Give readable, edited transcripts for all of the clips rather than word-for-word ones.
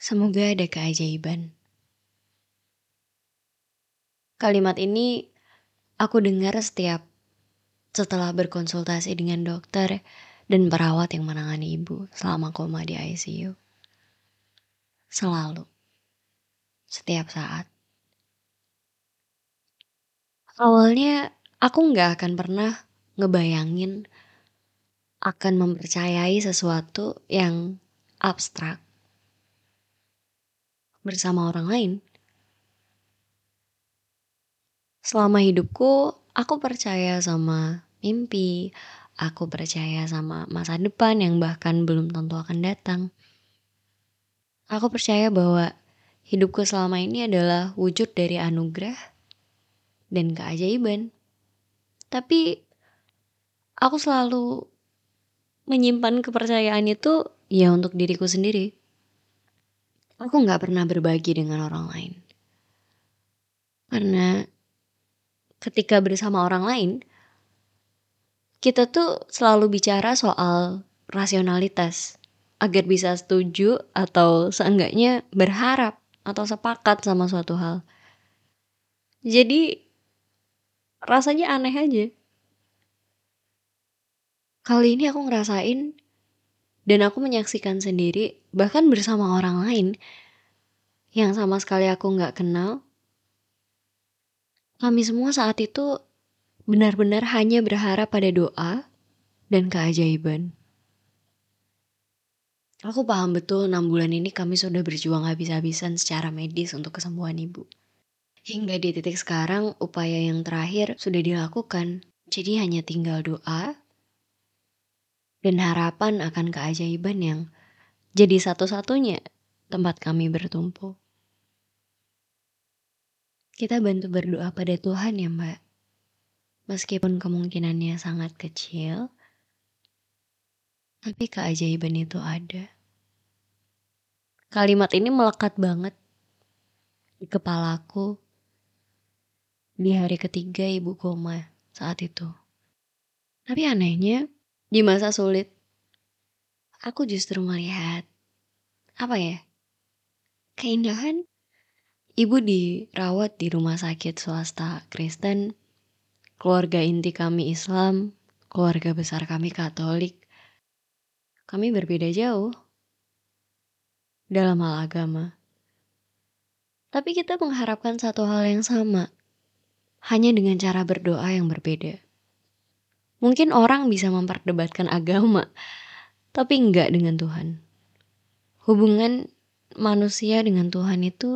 Semoga ada keajaiban. Kalimat ini aku dengar setiap setelah berkonsultasi dengan dokter dan perawat yang menangani ibu selama koma di ICU. Selalu, setiap saat. Awalnya aku nggak akan pernah ngebayangin akan mempercayai sesuatu yang abstrak bersama orang lain. Selama hidupku, aku percaya sama mimpi, aku percaya sama masa depan yang bahkan belum tentu akan datang. Aku percaya bahwa hidupku selama ini adalah wujud dari anugerah dan keajaiban. Tapi aku selalu menyimpan kepercayaan itu ya untuk diriku sendiri. Aku gak pernah berbagi dengan orang lain. Karena ketika bersama orang lain, kita tuh selalu bicara soal rasionalitas. Agar bisa setuju atau seenggaknya berharap atau sepakat sama suatu hal. Jadi rasanya aneh aja. Kali ini aku ngerasain dan aku menyaksikan sendiri bahkan bersama orang lain yang sama sekali aku nggak kenal. Kami semua saat itu benar-benar hanya berharap pada doa dan keajaiban. Aku paham betul 6 bulan ini kami sudah berjuang habis-habisan secara medis untuk kesembuhan ibu. Hingga di titik sekarang upaya yang terakhir sudah dilakukan. Jadi hanya tinggal doa dan harapan akan keajaiban yang jadi satu-satunya tempat kami bertumpu. Kita bantu berdoa pada Tuhan ya Mbak. Meskipun kemungkinannya sangat kecil, tapi keajaiban itu ada. Kalimat ini melekat banget di kepalaku di hari ketiga ibu koma saat itu. Tapi anehnya, di masa sulit, aku justru melihat, apa ya, keindahan. Ibu dirawat di rumah sakit swasta Kristen, keluarga inti kami Islam, keluarga besar kami Katolik. Kami berbeda jauh dalam hal agama. Tapi kita mengharapkan satu hal yang sama, hanya dengan cara berdoa yang berbeda. Mungkin orang bisa memperdebatkan agama, tapi enggak dengan Tuhan. Hubungan manusia dengan Tuhan itu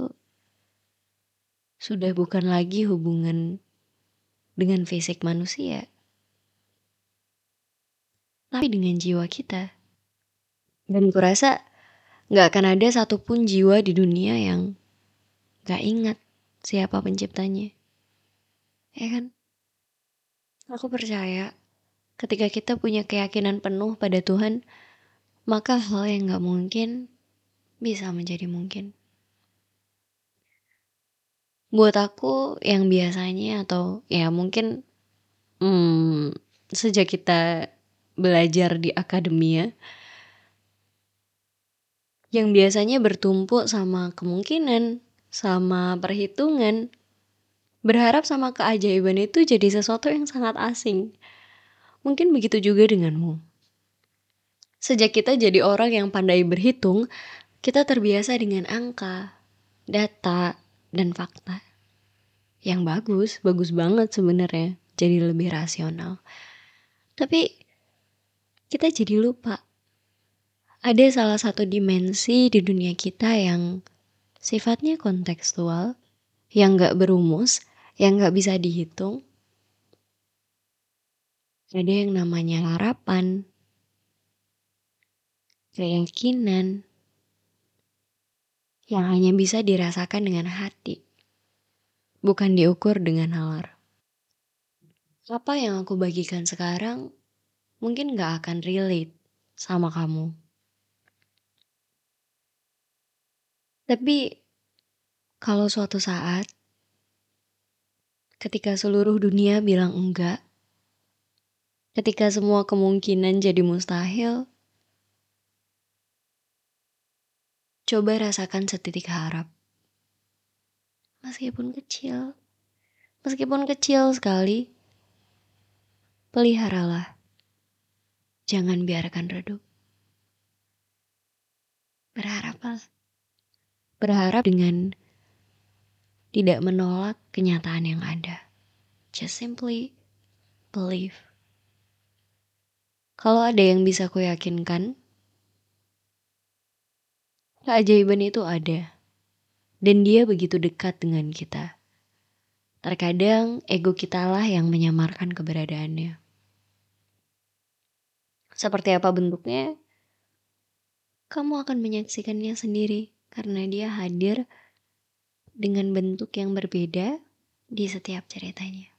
sudah bukan lagi hubungan dengan fisik manusia, tapi dengan jiwa kita. Dan kurasa gak akan ada satupun jiwa di dunia yang gak ingat siapa penciptanya. Ya kan? Aku percaya ketika kita punya keyakinan penuh pada Tuhan, maka hal yang gak mungkin bisa menjadi mungkin. Buat aku yang biasanya atau ya mungkin sejak kita belajar di akademia, yang biasanya bertumpuk sama kemungkinan, sama perhitungan, berharap sama keajaiban itu jadi sesuatu yang sangat asing. Mungkin begitu juga denganmu. Sejak kita jadi orang yang pandai berhitung, kita terbiasa dengan angka, data, dan fakta. Yang bagus, bagus banget sebenarnya. Jadi lebih rasional. Tapi kita jadi lupa. Ada salah satu dimensi di dunia kita yang sifatnya kontekstual, yang gak berumus, yang gak bisa dihitung. Ada yang namanya harapan, keyakinan, yang hanya bisa dirasakan dengan hati, bukan diukur dengan nalar. Apa yang aku bagikan sekarang mungkin gak akan relate sama kamu. Tapi kalau suatu saat ketika seluruh dunia bilang enggak, ketika semua kemungkinan jadi mustahil, Coba rasakan setitik harap. Meskipun kecil sekali, peliharalah. Jangan biarkan redup. Berharaplah. Berharap dengan tidak menolak kenyataan yang ada. Just simply believe. Kalau ada yang bisa kuyakinkan, keajaiban itu ada. Dan dia begitu dekat dengan kita. Terkadang ego kitalah yang menyamarkan keberadaannya. Seperti apa bentuknya, kamu akan menyaksikannya sendiri. Karena dia hadir dengan bentuk yang berbeda di setiap ceritanya.